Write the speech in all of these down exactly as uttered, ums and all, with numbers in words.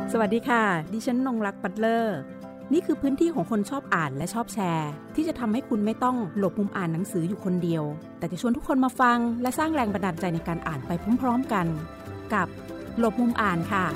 สวัสดีค่ะดิฉันนงรักปัตเลอร์นี่คือพื้นที่ของคนชอบอ่านและชอบแชร์ที่จะทำให้คุณไม่ต้องหลบมุมอ่านหนังสืออยู่คนเดียวแต่จะชวนทุกคนมาฟังและสร้างแรงบันดาลใจในการอ่านไปพร้อมๆกันกับหลบมุมอ่านค่ะ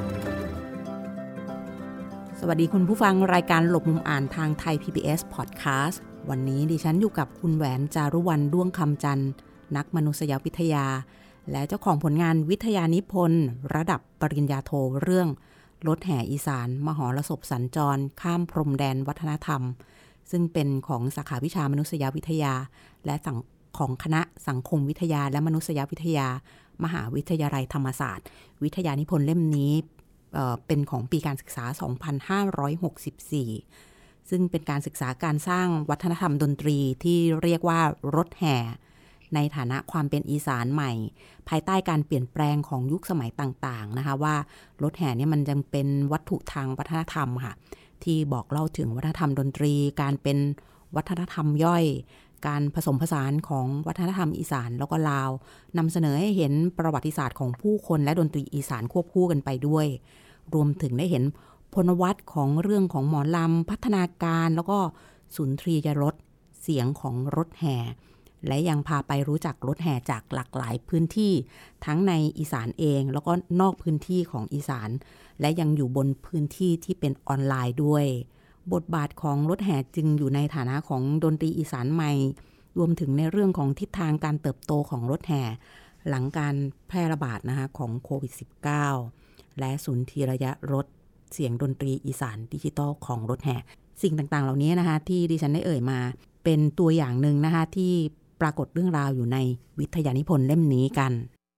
สวัสดีคุณผู้ฟังรายการหลบมุมอ่านทางไทย พี บี เอส Podcast วันนี้ดิฉันอยู่กับคุณแหวนจารุวรรณด้วงคำจันทร์นักมนุษยวิทยาและเจ้าของผลงานวิทยานิพนธ์ระดับปริญญาโทเรื่องรถแห่อีสานมหรสพสัญจรข้ามพรมแดนวัฒนธรรมซึ่งเป็นของสาขาวิชามนุษยวิทยาและของคณะสังคมวิทยาและมนุษยวิทยามหาวิทยาลัยธรรมศาสตร์วิทยานิพนธ์เล่มนี้เอ่อเป็นของปีการศึกษาสองพันห้าร้อยหกสิบสี่ซึ่งเป็นการศึกษาการสร้างวัฒนธรรมดนตรีที่เรียกว่ารถแห่ในฐานะความเป็นอีสานใหม่ภายใต้การเปลี่ยนแปลงของยุคสมัยต่างๆนะคะว่ารถแห่เนี่ยมันยังเป็นวัตถุทางวัฒนธรรมค่ะที่บอกเล่าถึงวัฒนธรรมดนตรีการเป็นวัฒนธรรมย่อยการผสมผสานของวัฒนธรรมอีสานแล้วก็ลาวนำเสนอให้เห็นประวัติศาสตร์ของผู้คนและดนตรีอีสานควบคู่กันไปด้วยรวมถึงได้เห็นพลวัตของเรื่องของหมอลำพัฒนาการแล้วก็สุนทรียรสเสียงของรถแห่และยังพาไปรู้จักรถแห่จากหลากหลายพื้นที่ทั้งในอีสานเองแล้วก็นอกพื้นที่ของอีสานและยังอยู่บนพื้นที่ที่เป็นออนไลน์ด้วยบทบาทของรถแห่จึงอยู่ในฐานะของดนตรีอีสานใหม่รวมถึงในเรื่องของทิศทางการเติบโตของรถแห่หลังการแพร่ระบาดนะคะของโควิด สิบเก้า และสุนทรียรสเสียงดนตรีอีสานดิจิตอลของรถแห่สิ่งต่างๆเหล่านี้นะคะที่ดิฉันได้เอ่ยมาเป็นตัวอย่างหนึ่งนะคะที่ปรากฏเรื่องราวอยู่ในวิทยานิพนธ์เล่มนี้กัน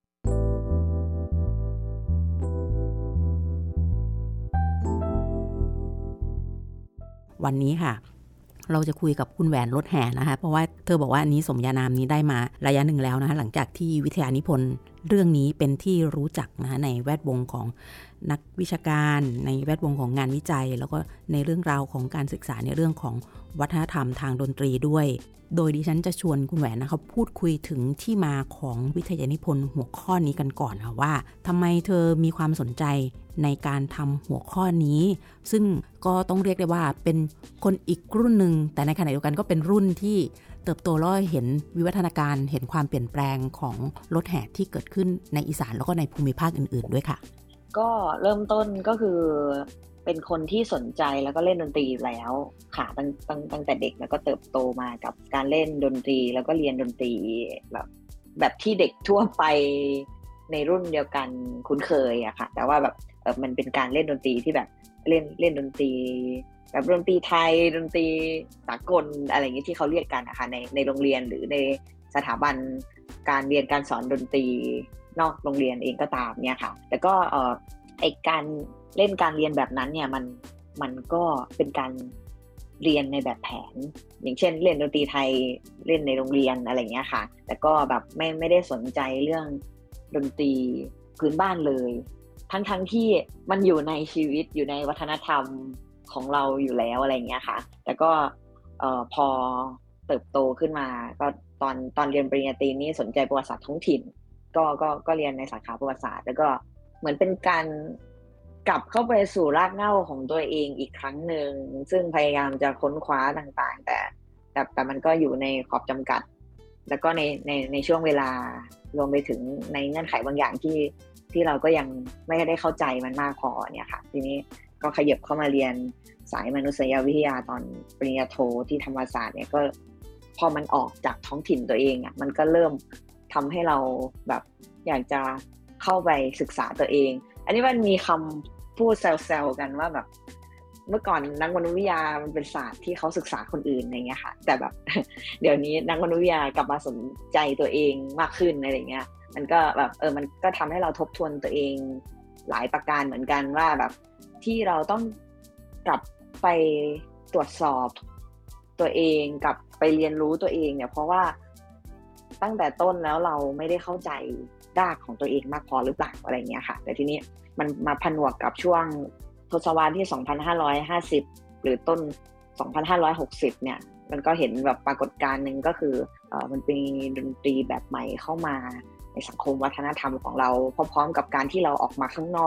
วันนี้ค่ะเราจะคุยกับคุณแหวนรถแห่นะคะเพราะว่าเธอบอกว่าอันนี้สมญานามนี้ได้มาระยะหนึ่งแล้วนะคะหลังจากที่วิทยานิพนธ์เรื่องนี้เป็นที่รู้จักนะคะในแวดวงของนักวิชาการในแวดวงของงานวิจัยแล้วก็ในเรื่องราวของการศึกษาในเรื่องของวัฒนธรรมทางดนตรีด้วยโดยดิฉันจะชวนคุณแหวนนะคะพูดคุยถึงที่มาของวิทยานิพนธ์หัวข้อนี้กันก่อนค่ะว่าทำไมเธอมีความสนใจในการทำหัวข้อนี้ซึ่งก็ต้องเรียกได้ว่าเป็นคนอีกรุ่นหนึ่งแต่ในขณะเดียวกันก็เป็นรุ่นที่เติบโตแล้วเห็นวิวัฒนาการเห็นความเปลี่ยนแปลงของรถแห่ที่เกิดขึ้นในอีสานแล้วก็ในภูมิภาคอื่นๆด้วยค่ะก็เริ่มต้นก็คือเป็นคนที่สนใจแล้วก็เล่นดนตรีแล้วค่ะตั้งตั้งตั้งแต่เด็กแล้วก็เติบโตมากับการเล่นดนตรีแล้วก็เรียนดนตรีแบบแบบที่เด็กทั่วไปในรุ่นเดียวกันคุ้นเคยอะค่ะแต่ว่าแบบเออมันเป็นการเล่นดนตรีที่แบบเล่นเล่นดนตรีแบบดนตรีไทยดนตรีสากลอะไรอย่างนี้ที่เขาเรียกกันนะคะในในโรงเรียนหรือในสถาบันการเรียนการสอนดนตรีนอกโรงเรียนเองก็ตามเนี่ยค่ะแต่ก็เอ่อไอการเล่นการเรียนแบบนั้นเนี่ยมันมันก็เป็นการเรียนในแบบแผนอย่างเช่นเล่นดนตรีไทยเล่นในโรงเรียนอะไรเงี้ยค่ะแต่ก็แบบไม่ไม่ได้สนใจเรื่องดนตรีพื้นบ้านเลยทั้งทั้งที่มันอยู่ในชีวิตอยู่ในวัฒนธรรมของเราอยู่แล้วอะไรเงี้ยค่ะแต่ก็เอ่อพอเติบโตขึ้นมาก็ตอนตอนเรียนปริญญาตรีนี่สนใจประวัติศาสตร์ท้องถิ่นก็ก็ก็เรียนในสาขาประวัติศาสตร์แล้วก็เหมือนเป็นการกลับเข้าไปสู่รากเหง้าของตัวเองอีกครั้งหนึ่งซึ่งพยายามจะค้นคว้าต่างๆแต่แต่แต่มันก็อยู่ในขอบจำกัดแล้วก็ในในในช่วงเวลารวมไปถึงในเงื่อนไขบางอย่างที่ที่เราก็ยังไม่ได้เข้าใจมันมากพอเนี่ยค่ะทีนี้ก็ขยับเข้ามาเรียนสายมนุษยวิทยาตอนปริญญาโทที่ธรรมศาสตร์เนี่ยก็พอมันออกจากท้องถิ่นตัวเองอ่ะมันก็เริ่มทำให้เราแบบอยากจะเข้าไปศึกษาตัวเองอันนี้มันมีคำพูดแซวๆกันว่าแบบเมื่อก่อนนักมนุษยวิทยามันเป็นศาสตร์ที่เขาศึกษาคนอื่นอะไรเงี้ยค่ะแต่แบบ เดี๋ยวนี้นักมนุษยวิทยากลับมาสนใจตัวเองมากขึ้นอะไรเงี้ยมันก็แบบเออมันก็ทำให้เราทบทวนตัวเองหลายประการเหมือนกันว่าแบบที่เราต้องกลับไปตรวจสอบตัวเองกลับไปเรียนรู้ตัวเองเนี่ยเพราะว่าตั้งแต่ต้นแล้วเราไม่ได้เข้าใจรากของตัวเองมากพอหรือเปล่าอะไรเงี้ยค่ะแต่ทีนี้มันมาผนวกกับช่วงทศวรรษที่สองพันห้าร้อยห้าสิบหรือต้นสองพันห้าร้อยหกสิบเนี่ยมันก็เห็นแบบปรากฏการณ์นึงก็คือเอ่อมันเป็นดนตรีแบบใหม่เข้ามาในสังคมวัฒนธรรมของเราพร้อมๆกับการที่เราออกมาข้างนอก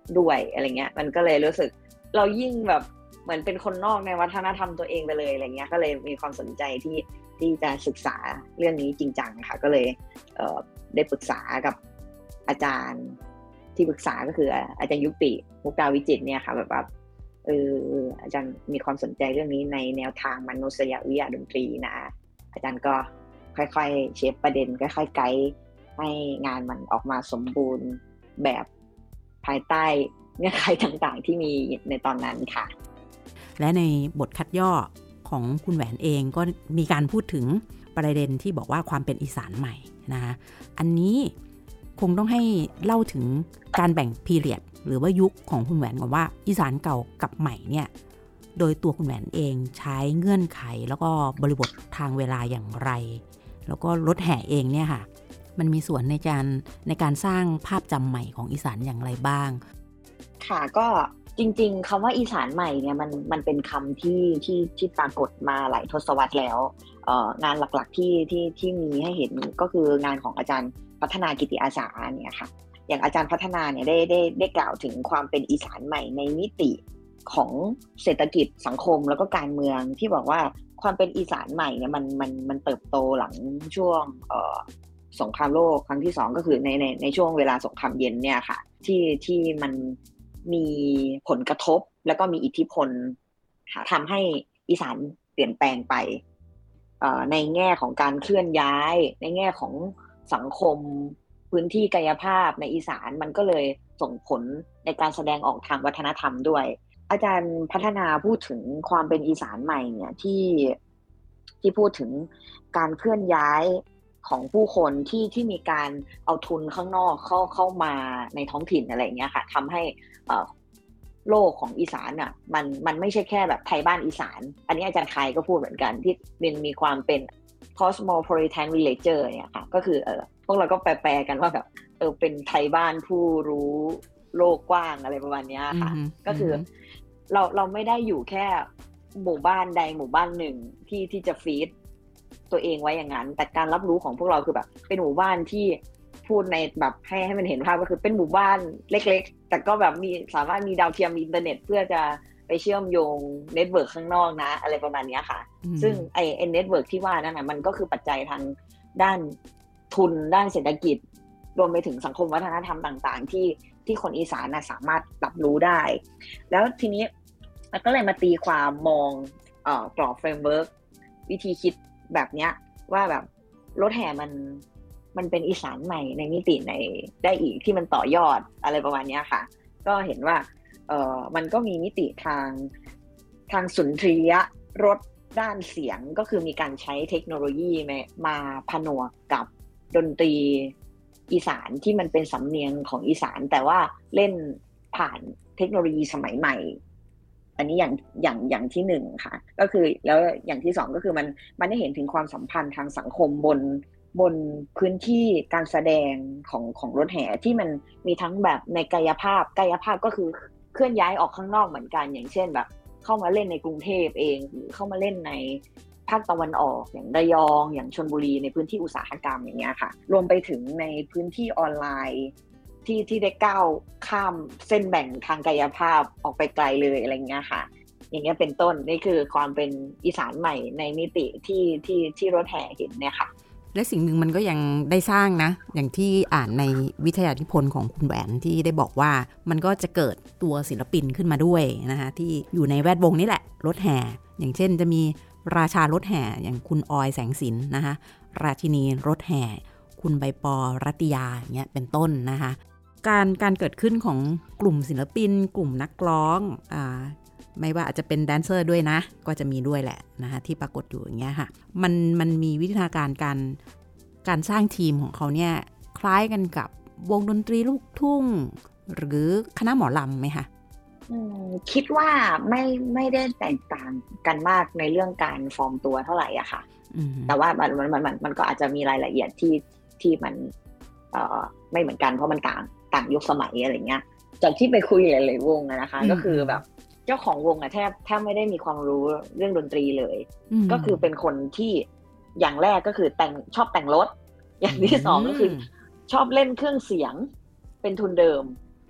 ด้วยอะไรเงี้ยมันก็เลยรู้สึกเรายิ่งแบบเหมือนเป็นคนนอกในวัฒนธรรมตัวเองไปเลยอะไรเงี้ยก็เลยมีความสนใจที่ที่จะศึกษาเรื่องนี้จริงจังค่ะก็เลยเอ่อได้ปรึกษากับอาจารย์ที่ปรึกษาก็คืออาจารย์ยุติมุกดาวิจิตรเนี่ยค่ะแบบว่าเอออาจารย์มีความสนใจเรื่องนี้ในแนวทางมนุษยวิทยาดนตรีนะอาจารย์ก็ค่อยๆเชฟประเด็นค่อยๆไกด์ให้งานมันออกมาสมบูรณ์แบบภายใต้เงื่อนไขต่างๆที่มีในตอนนั้นค่ะและในบทคัดย่อของคุณแหวนเองก็มีการพูดถึงประเด็นที่บอกว่าความเป็นอีสานใหม่นะคะอันนี้คงต้องให้เล่าถึงการแบ่งพีเรียดหรือว่ายุคของคุณแหวนก่อนว่าอีสานเก่ากับใหม่เนี่ยโดยตัวคุณแหวนเองใช้เงื่อนไขแล้วก็บริบททางเวลาอย่างไรแล้วก็รถแห่เองเนี่ยค่ะมันมีส่วนในการในการสร้างภาพจำใหม่ของอีสานอย่างไรบ้างค่ะก็จริงๆคำว่าอีสานใหม่เนี่ยมันมันเป็นคำที่ที่ที่ปรากฏมาหลายทศวรรษแล้วเอ่องานหลักๆที่ที่ที่มีให้เห็นก็คืองานของอาจารย์พัฒนากิติอาสาเนี่ยค่ะอย่างอาจารย์พัฒนาเนี่ยได้ได้ได้กล่าวถึงความเป็นอีสานใหม่ในมิติของเศรษฐกิจสังคมแล้วก็การเมืองที่บอกว่าความเป็นอีสานใหม่เนี่ยมันมันมันเติบโตหลังช่วงเอ่อสงครามโลกครั้งที่สองก็คือในในในช่วงเวลาสงครามเย็นเนี่ยค่ะที่ที่มันมีผลกระทบแล้วก็มีอิทธิพลทำให้อีสานเปลี่ยนแปลงไปในแง่ของการเคลื่อนย้ายในแง่ของสังคมพื้นที่กายภาพในอีสานมันก็เลยส่งผลในการแสดงออกทางวัฒนธรรมด้วยอาจารย์พัฒนาพูดถึงความเป็นอีสานใหม่เนี่ยที่ที่พูดถึงการเคลื่อนย้ายของผู้คนที่ที่มีการเอาทุนข้างนอกเข้าเข้ามาในท้องถิ่นอะไรอย่างเงี้ยค่ะทำให้โลกของอีสานอ่ะมันมันไม่ใช่แค่แบบไทยบ้านอีสานอันนี้อาจารย์คายก็พูดเหมือนกันที่มันมีความเป็น cosmopolitan villager เนี่ยค่ะก็คือเออพวกเราก็แปลๆกันว่าแบบเออเป็นไทยบ้านผู้รู้โลกกว้างอะไรประมาณนี้ค่ะ mm-hmm. ก็คือ mm-hmm. เราเราไม่ได้อยู่แค่หมู่บ้านใดหมู่บ้านหนึ่งที่ที่จะฟีดตัวเองไว้อย่างนั้นแต่การรับรู้ของพวกเราคือแบบเป็นหมู่บ้านที่พูดในแบบให้ให้มันเห็นภาพก็คือเป็นหมู่บ้านเล็กๆแต่ก็แบบมีสามารถมีดาวเทียมมีอินเทอร์เน็ตเพื่อจะไปเชื่อมโยงเน็ตเวิร์กข้างนอกนะอะไรประมาณนี้ค่ะ mm-hmm. ซึ่งไอ้ไอ้เน็ตเวิร์กที่ว่านั่นนะมันก็คือปัจจัยทางด้านทุนด้านเศรษฐกิจรวมไปถึงสังคมวัฒนธรรมต่างๆที่ที่คนอีสานนะสามารถรับรู้ได้แล้วทีนี้ก็เลยมาตีความมองเอ่อกรอบเฟรมเวิร์กวิธีคิดแบบเนี้ยว่าแบบรถแห่มันมันเป็นอีสานใหม่ในมิติไหนได้อีกที่มันต่อยอดอะไรประมาณนี้ค่ะก็เห็นว่าเอ่อมันก็มีมิติทางทางสุนทรียะรถด้านเสียงก็คือมีการใช้เทคโนโลยีมาผนวกกับดนตรีอีสานที่มันเป็นสำเนียงของอีสานแต่ว่าเล่นผ่านเทคโนโลยีสมัยใหม่อันนี้อย่างอย่างอย่างที่หนึ่งค่ะก็คือแล้วอย่างที่สองก็คือมันมันได้เห็นถึงความสัมพันธ์ทางสังคมบนบนพื้นที่การแสดงของของรถแห่ที่มันมีทั้งแบบในกายภาพกายภาพก็คือเคลื่อนย้ายออกข้างนอกเหมือนกันอย่างเช่นแบบเข้ามาเล่นในกรุงเทพเองหรือเข้ามาเล่นในภาคตะวันออกอย่างระยองอย่างชลบุรีในพื้นที่อุตสาหกรรมอย่างเงี้ยค่ะรวมไปถึงในพื้นที่ออนไลน์ที่ที่ได้ก้าวข้ามเส้นแบ่งทางกายภาพออกไปไกลเลยอะไรเงี้ยค่ะอย่างเงี้ยเป็นต้นนี่คือความเป็นอีสานใหม่ในมิติที่ที่ที่รถแห่เห็นเนี่ยค่ะและสิ่งหนึ่งมันก็ยังได้สร้างนะอย่างที่อ่านในวิทยานิพนธ์ของคุณแหวนที่ได้บอกว่ามันก็จะเกิดตัวศิลปินขึ้นมาด้วยนะคะที่อยู่ในแวดวงนี้แหละรถแห่อย่างเช่นจะมีราชารถแห่อย่างคุณออยแสงสินนะคะราชินีรถแห่คุณใบปอรัตยาอย่างเงี้ยเป็นต้นนะคะการการเกิดขึ้นของกลุ่มศิลปินกลุ่มนักร้องอ่าไม่ว่าอาจจะเป็นแดนเซอร์ด้วยนะก็จะมีด้วยแหละนะคะที่ปรากฏอยู่อย่างเงี้ยค่ะมันมันมีวิธีการการการสร้างทีมของเขาเนี่ยคล้ายกันกับวงดนตรีลูกทุ่งหรือคณะหมอลำไหมคะคิดว่าไม่ไม่ได้แตกต่างกันมากในเรื่องการฟอร์มตัวเท่าไหร่อะค่ะแต่ว่ามันมันมันมันก็อาจจะมีรายละเอียดที่ที่มันเอ่อไม่เหมือนกันเพราะมันต่างต่างยุคสมัยอะไรเงี้ยจากที่ไปคุยหลายๆวงนะคะก็คือแบบเจ้าของวงอะแทบแทบไม่ได้มีความรู้เรื่องดนตรีเลยก็คือเป็นคนที่อย่างแรกก็คือแต่งชอบแต่งรถอย่างที่สองก็คือชอบเล่นเครื่องเสียงเป็นทุนเดิม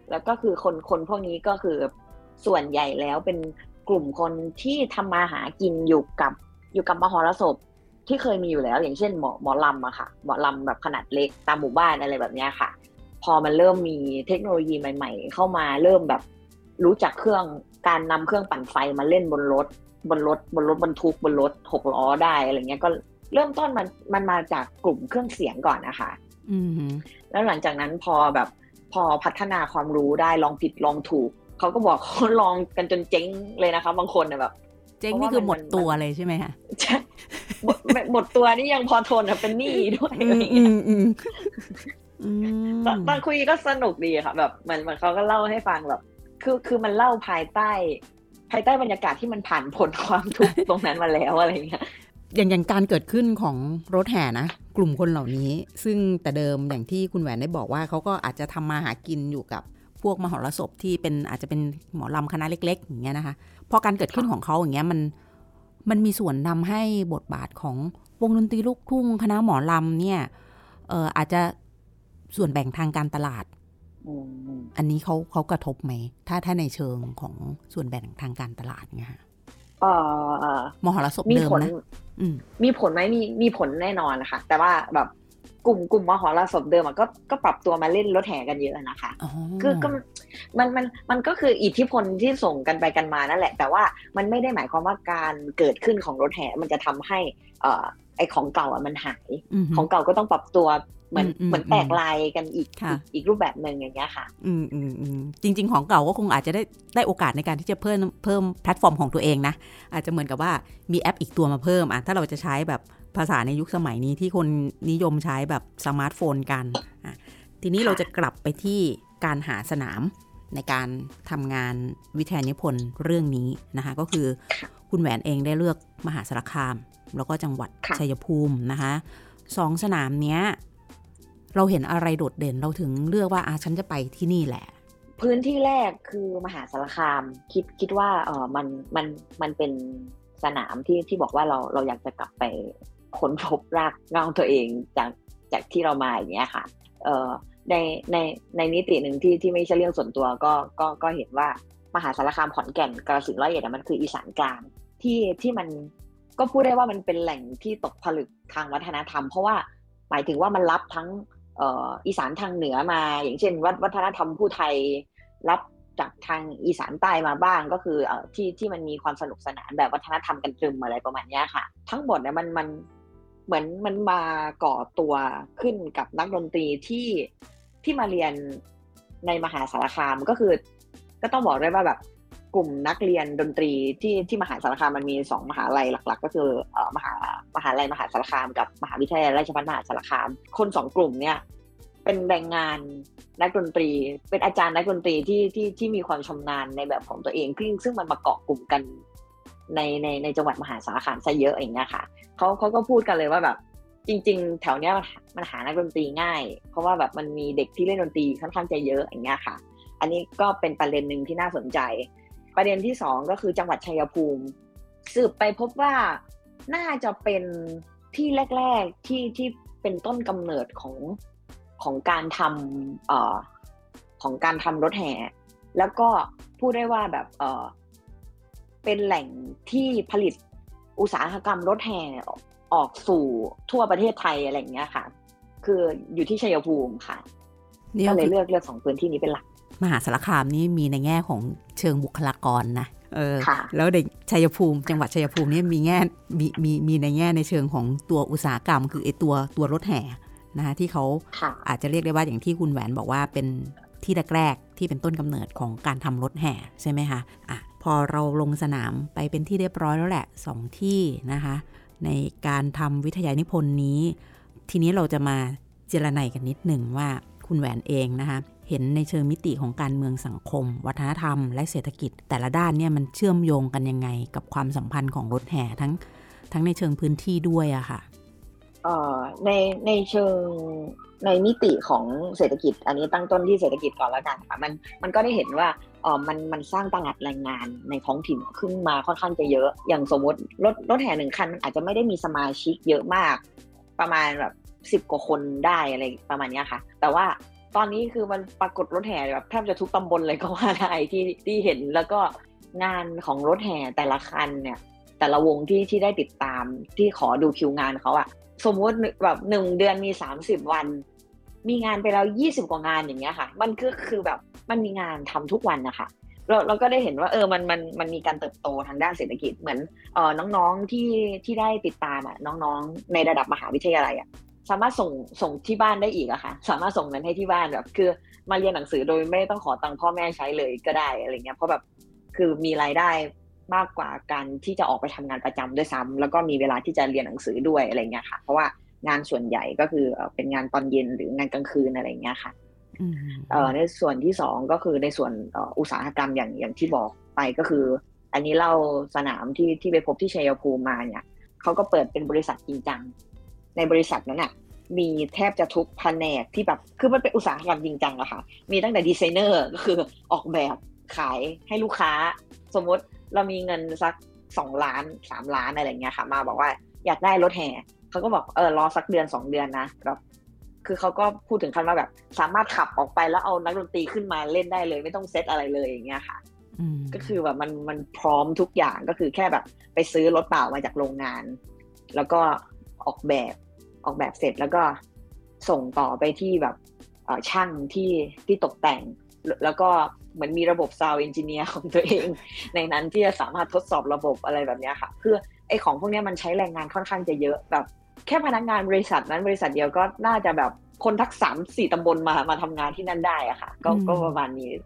แล้วก็คือคนคนพวกนี้ก็คือส่วนใหญ่แล้วเป็นกลุ่มคนที่ทำมาหากินอยู่กับอยู่กับมหรสพที่เคยมีอยู่แล้วอย่างเช่นหมอหมอลำอะค่ะหมอลำแบบขนาดเล็กตามหมู่บ้านอะไรแบบนี้ค่ะพอมันเริ่มมีเทคโนโลยีใหม่ๆเข้ามาเริ่มแบบรู้จักเครื่องการนำเครื่องปั่นไฟมาเล่นบนรถบนรถบนรถบรรทุกบนรถหกล้อได้อะไรเงี้ยก็เริ่มต้นมันมันมาจากกลุ่มเครื่องเสียงก่อนนะคะอืมแล้วหลังจากนั้นพอแบบพอพัฒนาความรู้ได้ลองผิดลองถูกเขาก็บอกเขาลองกันจนเจ๊งเลยนะคะบางคนแบบเจ๊งนี่คือหมดตัวเลยใช่ไหมคะใช่หมดตัวนี่ยังพอทนเป็นหนี้ด้วยอะไรอย่างเงี้ยตอนคุยก็สนุกดีค่ะแบบเหมือนเหมือนเขาก็เล่าให้ฟังแบบคือคือมันเล่าภายใต้ภายใต้บรรยากาศที่มันผ่านพ้นความทุกข์ตรงนั้นมาแล้วอะไรอย่างเงี้ยอย่างอย่างการเกิดขึ้นของรถแห่นะกลุ่มคนเหล่านี้ซึ่งแต่เดิมอย่างที่คุณแหวนได้บอกว่าเขาก็อาจจะทำมาหากินอยู่กับพวกมหรสพที่เป็นอาจจะเป็นหมอลำคณะเล็กๆอย่างเงี้ยนะคะพอการเกิดขึ้นของเขาอย่างเงี้ยมันมันมีส่วนนำให้บทบาทของวงดนตรีลูกทุ่งคณะหมอลำเนี่ยเอ่ออาจจะส่วนแบ่งทางการตลาดอันนี้เขาเขากระทบไหมถ้าถ้าในเชิงของส่วนแบ่งทางการตลาดเนี่ยค่ะมหรสพเดิมนะมีผลไหมมีมีผลแน่นอนนะคะแต่ว่าแบบกลุ่มกลุ่มมหรสพเดิมก็ก็ปรับตัวมาเล่นรถแห่กันเยอะนะคะคือก็มันมันมันก็คืออิทธิพลที่ส่งกันไปกันมานั่นแหละแต่ว่ามันไม่ได้หมายความว่าการเกิดขึ้นของรถแห่มันจะทำให้เอ่อไอของเก่าอ่ะมันหายของเก่าก็ต้องปรับตัวเหมือนเหมือนแตกลายกันอีกอีกรูปแบบนึงอย่างเงี้ยค่ะอืมอืมอืมจริงๆของเก่าก็คงอาจจะได้ได้โอกาสในการที่จะเพิ่มเพิ่มแพลตฟอร์มของตัวเองนะอาจจะเหมือนกับว่ามีแอปอีกตัวมาเพิ่มอ่ะถ้าเราจะใช้แบบภาษาในยุคสมัยนี้ที่คนนิยมใช้แบบสมาร์ทโฟนกันอ่ะทีนี้เราจะกลับไปที่การหาสนามในการทำงานวิทยานิพนธ์เรื่องนี้นะคะก็คือคุณแหวนเองได้เลือกมหาสารคามแล้วก็จังหวัดชัยภูมินะคะสองสนามเนี้ยเราเห็นอะไรโดดเด่นเราถึงเลือกว่าอ่ะฉันจะไปที่นี่แหละพื้นที่แรกคือมหาสารคามคิดคิดว่าเออมันมันมันเป็นสนามที่ที่บอกว่าเราเราอยากจะกลับไปค้นพบรากเหง้าตัวเองจากจากที่เรามาอย่างเงี้ยค่ะเออในในในมิติหนึ่งที่ที่ไม่ใช่เรื่องส่วนตัวก็ก็ก็เห็นว่ามหาสารคามขอนแก่นกาฬสินธุ์ร้อยเอ็ดมันคืออีสานกลางที่ที่มันก็พูดได้ว่ามันเป็นแหล่งที่ตกผลึกทางวัฒนธรรมเพราะว่าหมายถึงว่ามันรับทั้งเอ่ออีสานทางเหนือมาอย่างเช่นวัฒวัฒนธรรมผู้ไทยรับจากทางอีสานใต้มาบ้างก็คือเอ่อที่ที่มันมีความสนุกสนานแบบวัฒนธรรมกันตรึมอะไรประมาณนี้ค่ะทั้งหมดเนี่ยมันมันเหมือนมันมาก่อตัวขึ้นกับนักดนตรีที่ที่มาเรียนในมหาสารคามก็คือก็ต้องบอกได้ว่าแบบกลุ่มนักเรียนดนตรีที่ที่มหาสารคามมันมีสองมหาลัยหลักๆก็คือเอ่อมหามหาลัยมหาสารคามกับมหาวิทยาลัยราชภัฏมหาสารคามคนสองกลุ่มเนี่ยเป็นแรงงานนักดนตรีเป็นอาจารย์นักดนตรีที่ที่ที่มีความชำนาญในแบบของตัวเองซึ่งซึ่งมันมาเกาะกลุ่มกันในในในจังหวัดมหาสารคามซะเยอะอย่างเงี้ยค่ะเขาเขาก็พูดกันเลยว่าแบบจริงๆแถวเนี้ยมันหานักดนตรีง่ายเพราะว่าแบบมันมีเด็กที่เล่นดนตรีค่อนข้างจะเยอะอย่างเงี้ยค่ะอันนี้ก็เป็นประเด็นหนึ่งที่น่าสนใจประเด็นที่สองก็คือจังหวัดชัยภูมิสืบไปพบว่าน่าจะเป็นที่แรกๆที่ที่เป็นต้นกำเนิดของของการทำเอ่อของการทำรถแห่แล้วก็พูดได้ว่าแบบเอ่อเป็นแหล่งที่ผลิตอุตสาหกรรมรถแห่ออกสู่ทั่วประเทศไทยอะไรอย่างเงี้ยค่ะคืออยู่ที่ชัยภูมิค่ะก็เลยเลือกเลือกสองพื้นที่นี้เป็นหลักมหาสารคามนี่มีในแง่ของเชิงบุคลากรนะเออแล้วในชัยภูมิจังหวัดชัยภูมินี่มีแง่มีมีมีในแง่ในเชิงของตัวอุตสาหกรรมคือไอตัวตัวรถแห่นะคะที่เขาอาจจะเรียกได้ว่าอย่างที่คุณแหวนบอกว่าเป็นที่แรกๆที่เป็นต้นกำเนิดของการทำรถแห่ใช่ไหมคะอ่ะพอเราลงสนามไปเป็นที่เรียบร้อยแล้วแหละสองที่นะคะในการทำวิทยานิพนธ์นี้ทีนี้เราจะมาเจรไนกันนิดหนึ่งว่าคุณแหวนเองนะคะเห็นในเชิงมิติของการเมืองสังคมวัฒนธรรมและเศรษฐกิจแต่ละด้านเนี่ยมันเชื่อมโยงกันยังไงกับความสัมพันธ์ของรถแห่ทั้งทั้งในเชิงพื้นที่ด้วยอะค่ะเอ่อในในเชิงในมิติของเศรษฐกิจอันนี้ตั้งต้นที่เศรษฐกิจก่อนแล้วกันค่ะมันมันก็ได้เห็นว่าเออมันมันสร้างตลาดแรงงานในท้องถิ่นขึ้นมาค่อนข้างจะเยอะอย่างสมมติรถรถแห่หนึ่งคันมันอาจจะไม่ได้มีสมาชิกเยอะมากประมาณแบบสิบกว่าคนได้อะไรประมาณนี้ค่ะแต่ว่าตอนนี้คือมันปรากฏรถแห่แบบแทบจะทุกตำบลเลยก็ว่าได้ที่ที่เห็นแล้วก็งานของรถแห่แต่ละคันเนี่ยแต่ละวงที่ที่ได้ติดตามที่ขอดูคิวงานเขาอะสมมติแบบหนึ่งเดือนมีสามสิบวันมีงานไปแล้วยี่สิบกว่างานอย่างเงี้ยค่ะมันก็คือแบบมันมีงานทำทุกวันนะคะเราเราก็ได้เห็นว่าเออมันมันมันมีการเติบโตทางด้านเศรษฐกิจเหมือนเอ่อน้องๆที่ที่ได้ติดตามอ่ะน้องๆในระดับมหาวิทยาลัยอ่ะสามารถส่งส่งที่บ้านได้อีกอะค่ะสามารถส่งเงินให้ที่บ้านแบบคือมาเรียนหนังสือโดยไม่ต้องขอตังค์พ่อแม่ใช้เลยก็ได้อะไรเงี้ยเพราะแบบคือมีรายได้มากกว่าการที่จะออกไปทำงานประจำด้วยซ้ำแล้วก็มีเวลาที่จะเรียนหนังสือด้วยอะไรเงี้ยค่ะเพราะว่างานส่วนใหญ่ก็คือเป็นงานตอนเย็นหรืองานกลางคืนอะไรเงี้ยค่ะเอ่อในส่วนที่สองก็คือในส่วนอุตสาหกรรมอย่างอย่างที่บอกไปก็คืออันนี้เล่าสนามที่ที่ไปพบที่ชัยภูมิมาเนี่ยเขาก็เปิดเป็นบริษัทจริงจังในบริษัทนั้นน่ะมีแทบจะทุกแผนกที่แบบคือมันเป็นอุตสาหกรรมจริงจังอะค่ะมีตั้งแต่ดีไซเนอร์ก็คือออกแบบขายให้ลูกค้าสมมติเรามีเงินสักสองล้านสามล้านอะไรเงี้ยค่ะมาบอกว่าอยากได้รถแห่เขาก็บอกเออรอสักเดือนสองเดือนนะแบบคือเขาก็พูดถึงขั้นว่าแบบสามารถขับออกไปแล้วเอานักดนตรีขึ้นมาเล่นได้เลยไม่ต้องเซตอะไรเลยอย่างเงี้ยค่ะก็คือแบบมันมันพร้อมทุกอย่างก็คือแค่แบบไปซื้อรถเปล่ามาจากโรงงานแล้วก็ออกแบบออกแบบเสร็จแล้วก็ส่งต่อไปที่แบบช่างที่ที่ตกแต่งแล้วก็เหมือนมีระบบ sound engineer ของตัวเองในนั้นที่จะสามารถทดสอบระบบอะไรแบบนี้ค่ะคือไอ้ของพวกนี้มันใช้แรงงานค่อนข้างจะเยอะแบบแค่พนักงานบริษัทนั้นบริษัทเดียวก็น่าจะแบบคนทักสามสี่ตำบลมามาทำงานที่นั่นได้อะค่ะก็ก็ประมาณนี้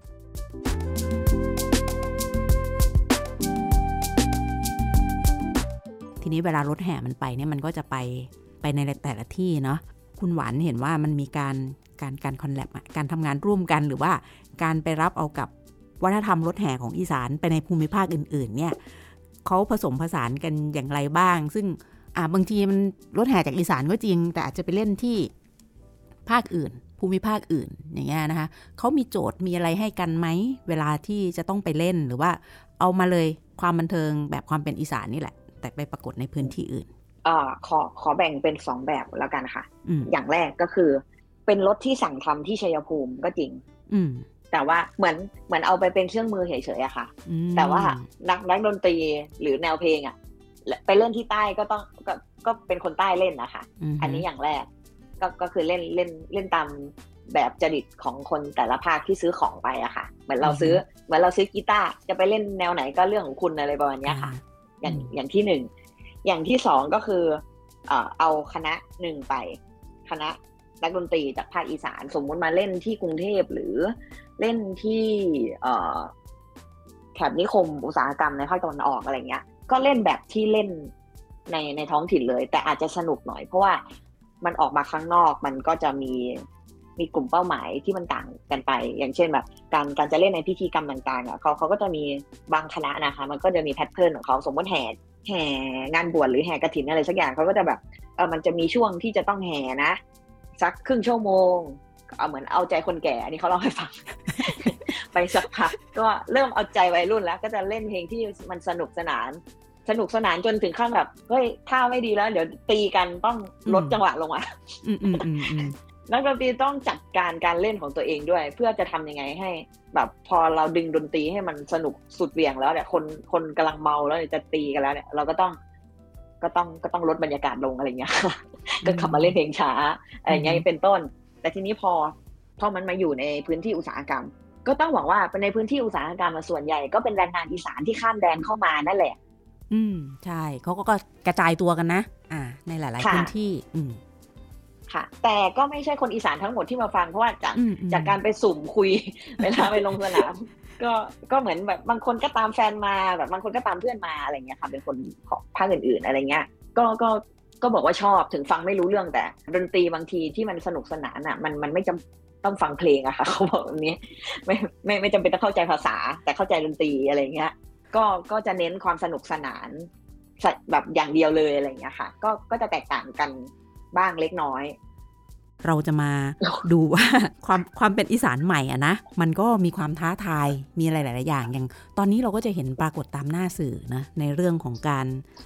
ทีนี้เวลารถแห่มันไปเนี่ยมันก็จะไปไปในแต่ละที่เนาะคุณหวานเห็นว่ามันมีการการการคอนแลบการทำงานร่วมกันหรือว่าการไปรับเอากับวัฒนธรรมรถแห่ของอีสานไปในภูมิภาคอื่นๆเนี่ยเขาผสมผสานกันอย่างไรบ้างซึ่งอ่าบางทีมันรถแห่จากอีสานก็จริงแต่อาจจะไปเล่นที่ภาคอื่นภูมิภาคอื่นอย่างเงี้ยนะคะเขามีโจทย์มีอะไรให้กันไหมเวลาที่จะต้องไปเล่นหรือว่าเอามาเลยความบันเทิงแบบความเป็นอีสานนี่แหละแต่ไปปรากฏในพื้นที่อื่นอ่าขอขอแบ่งเป็นสองแบบแล้วกันค่ะ อ, อย่างแรกก็คือเป็นรถที่สั่งทำที่ชัยภูมิก็จริงอืแต่ว่าเหมือนเหมือนเอาไปเป็นเครื่องมือเฉยๆอะค่ะแต่ว่านักนักดนตรีหรือแนวเพลงอะไปเล่นที่ใต้ก็ต้องก็ก็เป็นคนใต้เล่นนะคะ อ, อันนี้อย่างแรกก็ก็คือเล่นเล่นเล่นตามแบบจริตของคนแต่ละภาคที่ซื้อของไปอะค่ะเหมือนเราซื้อเหมือนเราซื้อกีตาร์จะไปเล่นแนวไหนก็เรื่องของคุณอะไรประมาณนี้ค่ะอย่างอย่างที่หนึ่งอย่างที่สองก็คือเอ่อเอาคณะหนึ่งไปคณะนักดนตรีจากภาคอีสานสมมุติมาเล่นที่กรุงเทพหรือเล่นที่เอ่อแถบนิคมอุตสาหกรรมในภาคตะวันออกอะไรเงี้ยก็เล่นแบบที่เล่นในในท้องถิ่นเลยแต่อาจจะสนุกหน่อยเพราะว่ามันออกมาข้างนอกมันก็จะมีมีกลุ่มเป้าหมายที่มันต่างกันไปอย่างเช่นแบบการการจะเล่นในพิธีกรรมต่างๆอ่ะเขาเขาก็จะมีบางคณะนะคะมันก็จะมีแพทเทิร์นของเขาสมมติแห่แห่งานบวชหรือแห่กฐินอะไรสักอย่างเขาก็จะแบบเออมันจะมีช่วงที่จะต้องแห่นะสักครึ่งชั่วโมงเอาเหมือนเอาใจคนแก่อันนี้เขาเล่าให้ฟัง ไปสักพักก็เริ่มเอาใจวัยรุ่นแล้วก็จะเล่นเพลงที่มันสนุกสนานสนุกสนานจนถึงขั้นแบบเฮ้ยท่าไม่ดีแล้วเดี๋ยวตีกันต้องลดจังหวะลงมานักดนตรีต้องจัดการการเล่นของตัวเองด้วยเพื่อจะทำยังไงให้แบบพอเราดึงดนตรีให้มันสนุกสุดเหวี่ยงแล้วเนี่ยคนคนกำลังเมาแล้วจะตีกันแล้วเนี่ยเราก็ต้องก็ต้องก็ต้องลดบรรยากาศลงอะไรเงี้ยก็ขับมาเล่นเพลงช้าอะไรเงี้ยเป็นต้นแต่ทีนี้พอพอมันมาอยู่ในพื้นที่อุตสาหกรรมก็ต้องหวังว่าในพื้นที่อุตสาหกรรมส่วนใหญ่ก็เป็นแรงงานอีสานที่ข้ามแดนเข้ามานั่นแหละอืมใช่เขาก็กระจายตัวกันนะอ่าในหลายๆพื้นที่อืมค่ะแต่ก็ไม่ใช่คนอีสานทั้งหมดที่มาฟังเพราะว่าจากจากการไปสุ่มคุยเวลาไปลงสนามก็ก็เหมือนแบบบางคนก็ตามแฟนมาแบบบางคนก็ตามเพื่อนมาอะไรเงี้ยค่ะเป็นคนของภาคอื่นๆอะไรเงี้ยก็ก็ก็บอกว่าชอบถึงฟังไม่รู้เรื่องแต่ดนตรีบางทีที่มันสนุกสนานอ่ะมันมันไม่จำต้องฟังเพลงอะค่ะเขาบอกแบบนี้ไม่ไม่ไม่จำเป็นต้องเข้าใจภาษาแต่เข้าใจดนตรีอะไรเงี้ยก็ก็จะเน้นความสนุกสนานแบบอย่างเดียวเลยอะไรเงี้ยค่ะก็ก็จะแตกต่างกันบ้างเล็กน้อยเราจะมาดูว่าความความเป็นอีสานใหม่อะนะมันก็มีความท้าทายมีอะไรหลายๆอย่างอย่างตอนนี้เราก็จะเห็นปรากฏตามหน้าสื่อนะในเรื่องของการ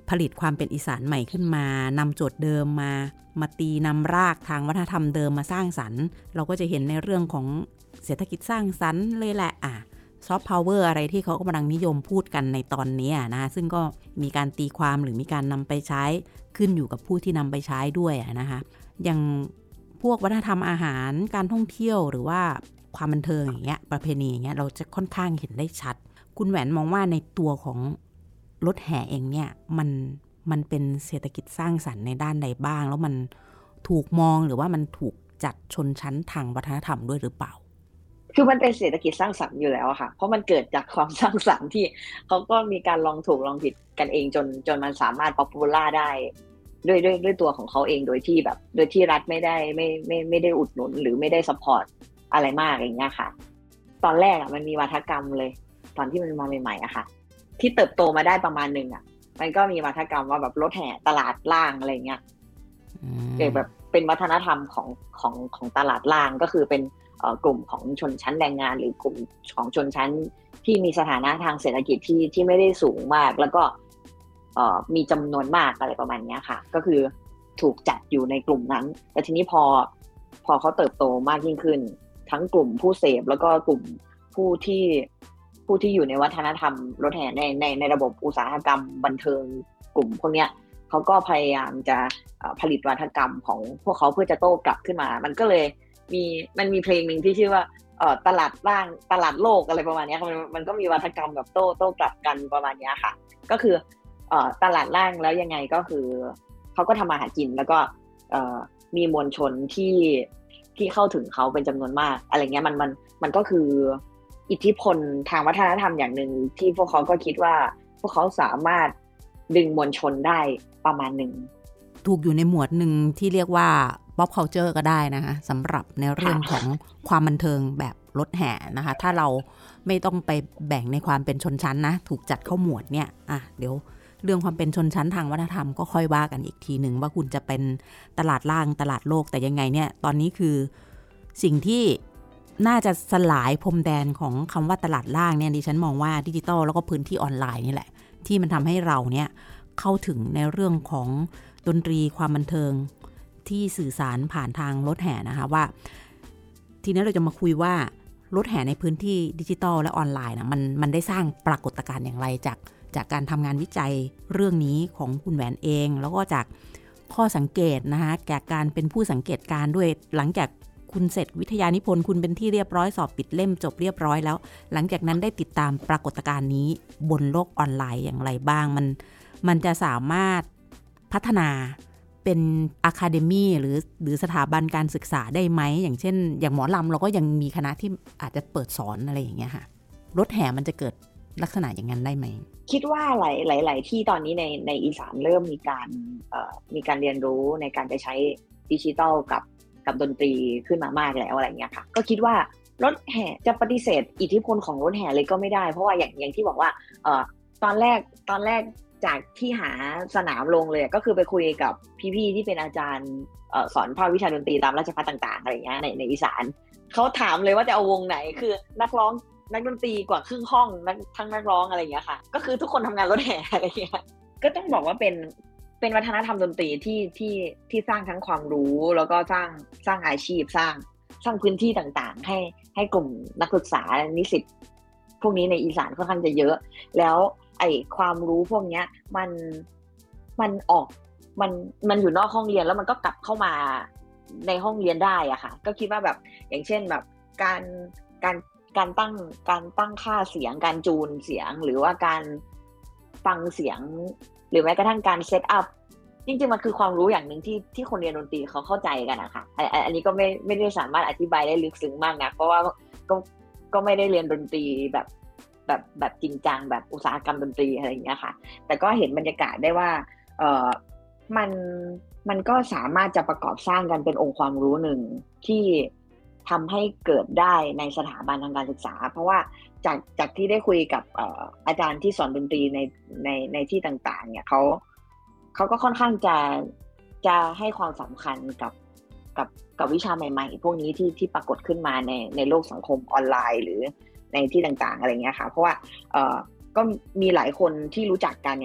ผลิตความเป็นอีสานใหม่ขึ้นมานำโจทย์เดิมมามาตีนำรากทางวัฒนธรรมเดิมมาสร้างสรรค์เราก็จะเห็นในเรื่องของเศรษฐกิจสร้างสรรค์เลยแหละอ่ะซอฟต์พาวเวอร์อะไรที่เขากำลังนิยมพูดกันในตอนนี้นะซึ่งก็มีการตีความหรือมีการนำไปใช้ขึ้นอยู่กับผู้ที่นำไปใช้ด้วยนะคะอย่างพวกวัฒนธรรมอาหารการท่องเที่ยวหรือว่าความบันเทิงอย่างเงี้ยประเพณีอย่างเงี้ยเราจะค่อนข้างเห็นได้ชัดคุณแหวนมองว่าในตัวของรถแห่เองเนี่ยมันมันเป็นเศรษฐกิจสร้างสรรค์ในด้านใดบ้างแล้วมันถูกมองหรือว่ามันถูกจัดชนชั้นทางวัฒนธรรมด้วยหรือเปล่าคือมันเป็นเศรษฐกิจสร้างสรรค์อยู่แล้วค่ะเพราะมันเกิดจากความสร้างสรรค์ที่เขาก็มีการลองถูกลองผิดกันเองจนจนมันสามารถป๊อปปูล่าได้ด้วยด้วยด้วยตัวของเขาเองโดยที่แบบโดยที่รัฐไม่ได้ไม่ไม่ไม่ได้อุดหนุนหรือไม่ได้ซัพพอร์ตอะไรมากอย่างเงี้ยค่ะตอนแรกอ่ะมันมีวัฒกรรมเลยตอนที่มันมาใหม่ๆอะค่ะที่เติบโตมาได้ประมาณนึงอ่ะมันก็มีวัฒกรรมว่าแบบรถแห่ตลาดล่างอะไรเงี้ยเกิดแบบเป็นวัฒนธรรมของของของตลาดล่างก็คือเป็นกลุ่มของชนชั้นแรงงานหรือกลุ่มของชนชั้นที่มีสถานะทางเศรษฐกิจที่ที่ไม่ได้สูงมากแล้วก็มีจำนวนมากอะไรประมาณนี้ค่ะก็คือถูกจัดอยู่ในกลุ่มนั้นแต่ทีนี้พอพอเขาเติบโตมากยิ่งขึ้นทั้งกลุ่มผู้เสพแล้วก็กลุ่มผู้ที่ผู้ที่อยู่ในวัฒนธรรมรถแห่ในในในระบบอุตสาหกรรมบันเทิงกลุ่มพวกนี้เขาก็พยายามจะผลิตวัฒกรรมของพวกเขาเพื่อจะโต้กลับขึ้นมามันก็เลยมีมันมีเพลงหนึ่งที่ชื่อว่าเอ่อตลาดล่างตลาดโลกอะไรประมาณนี้มันมันก็มีวัฒกรรมแบบโต้โต้กลับกันประมาณนี้ค่ะก็คือเอ่อตลาดล่างแล้วยังไงก็คือเขาก็ทำมาหากินแล้วก็เอ่อมีมวลชนที่ที่เข้าถึงเขาเป็นจำนวนมากอะไรเงี้ยมันมันมันก็คืออิทธิพลทางวัฒนธรรมอย่างหนึ่งที่พวกเขาก็คิดว่าพวกเขาสามารถดึงมวลชนได้ประมาณหนึ่งถูกอยู่ในหมวดหนึ่งที่เรียกว่า pop culture ก็ได้นะคะสำหรับในเรื่องของความบันเทิงแบบรถแห่นะคะถ้าเราไม่ต้องไปแบ่งในความเป็นชนชั้นนะถูกจัดเข้าหมวดเนี่ยอ่ะเดี๋ยวเรื่องความเป็นชนชั้นทางวัฒนธรรมก็ค่อยว่ากันอีกทีหนึ่งว่าคุณจะเป็นตลาดล่างตลาดโลกแต่ยังไงเนี่ยตอนนี้คือสิ่งที่น่าจะสลายพรมแดนของคำว่าตลาดล่างเนี่ยดิฉันมองว่าดิจิทัลแล้วก็พื้นที่ออนไลน์นี่แหละที่มันทำให้เราเนี่ยเข้าถึงในเรื่องของดนตรีความบันเทิงที่สื่อสารผ่านทางรถแห่นะคะว่าทีนี้เราจะมาคุยว่ารถแห่ในพื้นที่ดิจิทัลและออนไลน์นะมันมันได้สร้างปรากฏการณ์อย่างไรจากจากการทำงานวิจัยเรื่องนี้ของคุณแหวนเองแล้วก็จากข้อสังเกตนะคะแก่การเป็นผู้สังเกตการด้วยหลังจากคุณเสร็จวิทยานิพนธ์คุณเป็นที่เรียบร้อยสอบปิดเล่มจบเรียบร้อยแล้วหลังจากนั้นได้ติดตามปรากฏการณ์นี้บนโลกออนไลน์อย่างไรบ้างมันมันจะสามารถพัฒนาเป็นอะคาเดมี่หรือหรือสถาบันการศึกษาได้ไหมอย่างเช่นอย่างหมอลำเราก็ยังมีคณะที่อาจจะเปิดสอนอะไรอย่างเงี้ยค่ะรถแห่มันจะเกิดลักษณะอย่างนั้นได้ไหมคิดว่าหลายหลายหลายที่ตอนนี้ในในอีสานเริ่มมีการเอ่อมีการเรียนรู้ในการไปใช้ดิจิทัลกับกับดนตรีขึ้นมามากแล้วอะไรเงี้ยค่ะก็คิดว่ารถแห่จะปฏิเสธอิทธิพลของรถแห่เลยก็ไม่ได้เพราะว่าอย่างอย่างที่บอกว่าเอ่อตอนแรกตอนแรกจากที่หาสนามลงเลยก็คือไปคุยกับพี่ๆที่เป็นอาจารย์เอ่อสอนภาควิชาดนตรีตามราชภัฏต่างๆอะไรเงี้ยในในอีสานเขาถามเลยว่าจะเอาวงไหนคือนักร้องนักดนตรีกว่าครึ่งห้องนักทั้งนักร้องอะไรอย่างเงี้ยค่ะก็คือทุกคนทำงานรถแห่อะไรอย่างเงี้ยก็ต้องบอกว่าเป็นเป็นวัฒนธรรมดนตรีที่ที่ที่สร้างทั้งความรู้แล้วก็สร้างสร้างอาชีพสร้างสร้างพื้นที่ต่างๆให้ให้กลุ่มนักศึกษานิสิตพวกนี้ในอีสานค่อนข้างจะเยอะแล้วไอ้ความรู้พวกเนี้ยมันมันออกมันมันอยู่นอกห้องเรียนแล้วมันก็กลับเข้ามาในห้องเรียนได้อะค่ะก็คิดว่าแบบอย่างเช่นแบบการการการตั้งการตั้งค่าเสียงการจูนเสียงหรือว่าการฟังเสียงหรือแม้กระทั่งการเซตอัพจริงๆมันคือความรู้อย่างหนึ่งที่ที่คนเรียนดนตรีเขาเข้าใจกันนะคะอันนี้ก็ไม่ไม่ได้สามารถอธิบายได้ลึกซึ้งมากนะเพราะว่าก็ก็ไม่ได้เรียนดนตรีแบบแบบแบบจริงจังแบบอุตสาหกรรมดนตรีอะไรอย่างเงี้ยค่ะแต่ก็เห็นบรรยากาศได้ว่าเออมันมันก็สามารถจะประกอบสร้างกันเป็นองค์ความรู้หนึ่งที่ทำให้เกิดได้ในสถาบันทางการศึกษาเพราะว่าจากจากที่ได้คุยกับเอ่ออาจารย์ที่สอนดนตรีในในในที่ต่างๆเนี่ยเขาเขาก็ค่อนข้างจะจะให้ความสำคัญกับกับกับวิชาใหม่ๆพวกนี้ที่ที่ปรากฏขึ้นมาในในโลกสังคมออนไลน์หรือในที่ต่างๆอะไรเงี้ยค่ะเพราะว่าเอ่อก็มีหลายคนที่รู้จักกันเนี่ยก็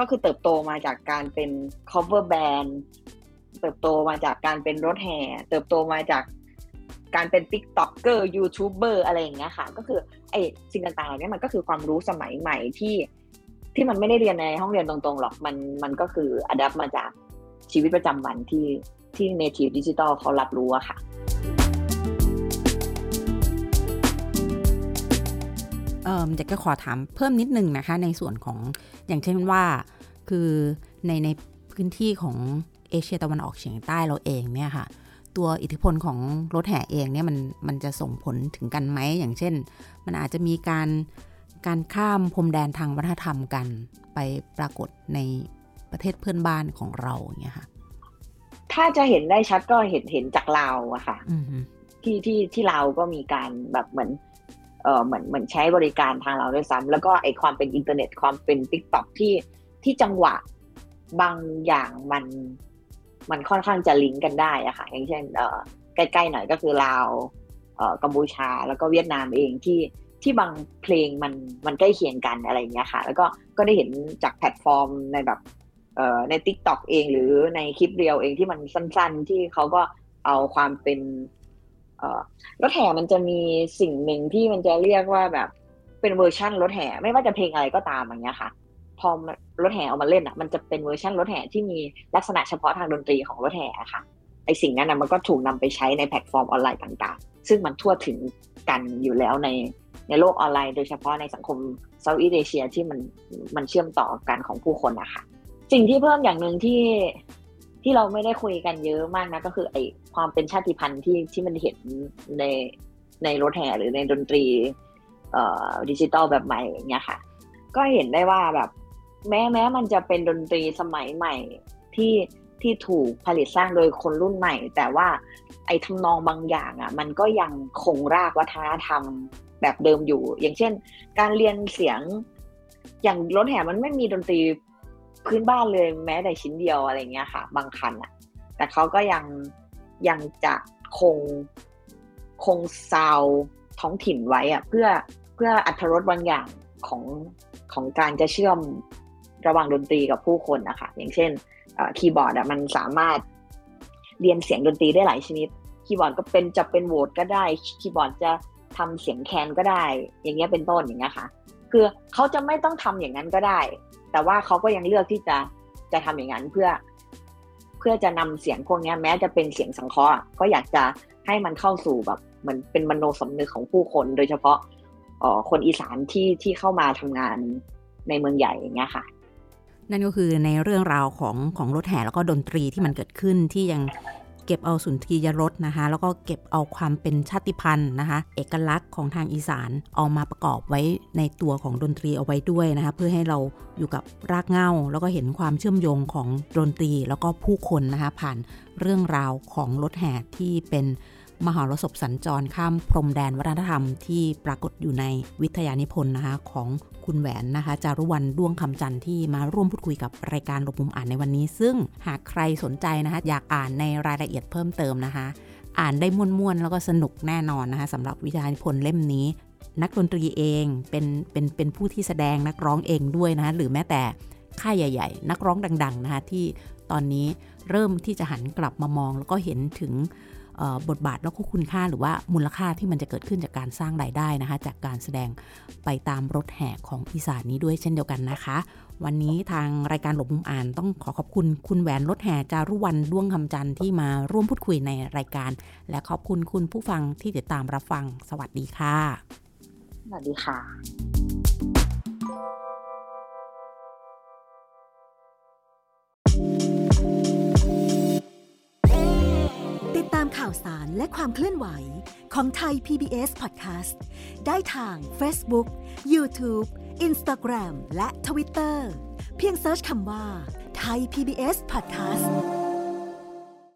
ก็คือเติบโตมาจากการเป็น cover band เติบโตมาจากการเป็นรถแห่เติบโตมาจากการเป็น TikToker YouTuber อะไรอย่างเงี้ยค่ะก็คือไอ้สิ่งต่างๆเหล่านี้มันก็คือความรู้สมัยใหม่ที่ที่มันไม่ได้เรียนในห้องเรียนตรงๆหรอกมันมันก็คือ adapt มาจากชีวิตประจำวันที่ที่ native digital เขารับรู้อะค่ะเอ่ออยากจะขอถามเพิ่มนิดนึงนะคะในส่วนของอย่างเช่นว่าคือในในพื้นที่ของเอเชียตะวันออกเฉียงใต้เราเองเนี่ยค่ะตัวอิทธิพลของรถแห่เองเนี่ยมันมันจะส่งผลถึงกันไหมอย่างเช่นมันอาจจะมีการการข้ามพรมแดนทางวัฒนธรรมกันไปปรากฏในประเทศเพื่อนบ้านของเราอย่างเงี้ยค่ะถ้าจะเห็นได้ชัดก็เห็นเห็นจากลาวอะค่ะ mm-hmm. ที่ที่ที่ลาวก็มีการแบบเหมือนเอ่อเหมือนเหมือนใช้บริการทางเราด้วยซ้ำแล้วก็ไอความเป็นอินเทอร์เน็ตความเป็น TikTok ที่ที่จังหวะบางอย่างมันมันค่อนข้างจะลิงก์กันได้อะค่ะอย่างเช่นเอ่อใกล้ๆหน่อยก็คือลาวเอ่อกัมพูชาแล้วก็เวียดนามเองที่ที่บางเพลงมันมันใกล้เคียงกันอะไรอย่างเงี้ยค่ะแล้วก็ก็ได้เห็นจากแพลตฟอร์มในแบบเอ่อใน TikTok เองหรือในคลิปเรียวเองที่มันสั้นๆที่เขาก็เอาความเป็นเอ่อรถแห่มันจะมีสิ่งหนึ่งที่มันจะเรียกว่าแบบเป็นเวอร์ชั่นรถแห่ไม่ว่าจะเพลงอะไรก็ตามอย่างเงี้ยค่ะพอรถแห่เอามาเล่นอ่ะมันจะเป็นเวอร์ชันรถแห่ที่มีลักษณะเฉพาะทางดนตรีของรถแห่ค่ะไอสิ่งนั้นนะมันก็ถูกนำไปใช้ในแพลตฟอร์มออนไลน์ต่างๆซึ่งมันทั่วถึงกันอยู่แล้วในในโลกออนไลน์โดยเฉพาะในสังคมเซาท์อีสต์เอเชียที่มันมันเชื่อมต่อกันของผู้คนนะคะสิ่งที่เพิ่มอย่างนึงที่ที่เราไม่ได้คุยกันเยอะมากนะก็คือไอความเป็นชาติพันธุ์ที่ที่มันเห็นในในรถแห่หรือในดนตรีเอ่อดิจิตอลแบบใหม่อย่างเงี้ยค่ะก็เห็นได้ว่าแบบแม้แม้มันจะเป็นดนตรีสมัยใหม่ที่ที่ถูกผลิตสร้างโดยคนรุ่นใหม่แต่ว่าไอ้ทำนองบางอย่างอ่ะมันก็ยังคงรากวัฒนธรรมแบบเดิมอยู่อย่างเช่นการเรียนเสียงอย่างรถแห่มันไม่มีดนตรีพื้นบ้านเลยแม้แต่ชิ้นเดียวอะไรเงี้ยค่ะบางคันอ่ะแต่เขาก็ยังยังจะคงคงซาวด์ท้องถิ่นไว้อ่ะเพื่อเพื่ออรรถรสบางอย่างของของการจะเชื่อมระหว่างดนตรีกับผู้คนนะคะอย่างเช่นคีย์บอร์ดอ่ะมันสามารถเรียนเสียงดนตรีได้หลายชนิดคีย์บอร์ดก็เป็นจะเป็นโหวตก็ได้คีย์บอร์ดจะทำเสียงแคนก็ได้อย่างเงี้ยเป็นต้นอย่างเงี้ยค่ะคือเขาจะไม่ต้องทำอย่างนั้นก็ได้แต่ว่าเขาก็ยังเลือกที่จะจะทำอย่างนั้นเพื่อเพื่อจะนำเสียงพวกนี้แม้จะเป็นเสียงสังเคราะห์ก็อยากจะให้มันเข้าสู่แบบเหมือนเป็นมโนสำนึกของผู้คนโดยเฉพาะเอ่อคนอีสานที่ที่เข้ามาทำงานในเมืองใหญ่อย่างเงี้ยค่ะนั่นก็คือในเรื่องราวของของรถแห่แล้วก็ดนตรีที่มันเกิดขึ้นที่ยังเก็บเอาสุนทรียรสนะคะแล้วก็เก็บเอาความเป็นชาติพันธุ์นะคะเอกลักษณ์ของทางอีสานเอามาประกอบไว้ในตัวของดนตรีเอาไว้ด้วยนะคะเพื่อให้เราอยู่กับรากเหง้าแล้วก็เห็นความเชื่อมโยงของดนตรีแล้วก็ผู้คนนะคะผ่านเรื่องราวของรถแห่ที่เป็นมหรสพสัญจรข้ามพรมแดนวัฒนธรรมที่ปรากฏอยู่ในวิทยานิพนธ์นะคะของคุณแหวนนะคะจารุวรรณด้วงคำจันทร์ที่มาร่วมพูดคุยกับรายการหลบมุมอ่านในวันนี้ซึ่งหากใครสนใจนะคะอยากอ่านในรายละเอียดเพิ่มเติมนะคะอ่านได้ม่วนๆแล้วก็สนุกแน่นอนนะคะสำหรับวิทยานิพนธ์เล่มนี้นักดนตรีเองเป็นเป็นเป็นผู้ที่แสดงนักร้องเองด้วยนะคะหรือแม้แต่ค่ายใหญ่ๆนักร้องดังๆนะคะที่ตอนนี้เริ่มที่จะหันกลับมามองแล้วก็เห็นถึงบทบาทแล้วก็คุณค่าหรือว่ามูลค่าที่มันจะเกิดขึ้นจากการสร้างรายได้นะคะจากการแสดงไปตามรถแห่ของอีสานนี้ด้วยเช่นเดียวกันนะคะวันนี้ทางรายการหลบมุมอ่านต้องขอขอบคุณคุณแหวนรถแห่จารุวรรณด้วงคำจันทร์ที่มาร่วมพูดคุยในรายการและขอบคุณคุณผู้ฟังที่ติดตามรับฟังสวัสดีค่ะสวัสดีค่ะติดตามข่าวสารและความเคลื่อนไหวของไทย พี บี เอส Podcast ได้ทาง Facebook, YouTube, Instagram และ Twitter เพียงเสิร์ชคำว่า Thai พี บี เอส Podcast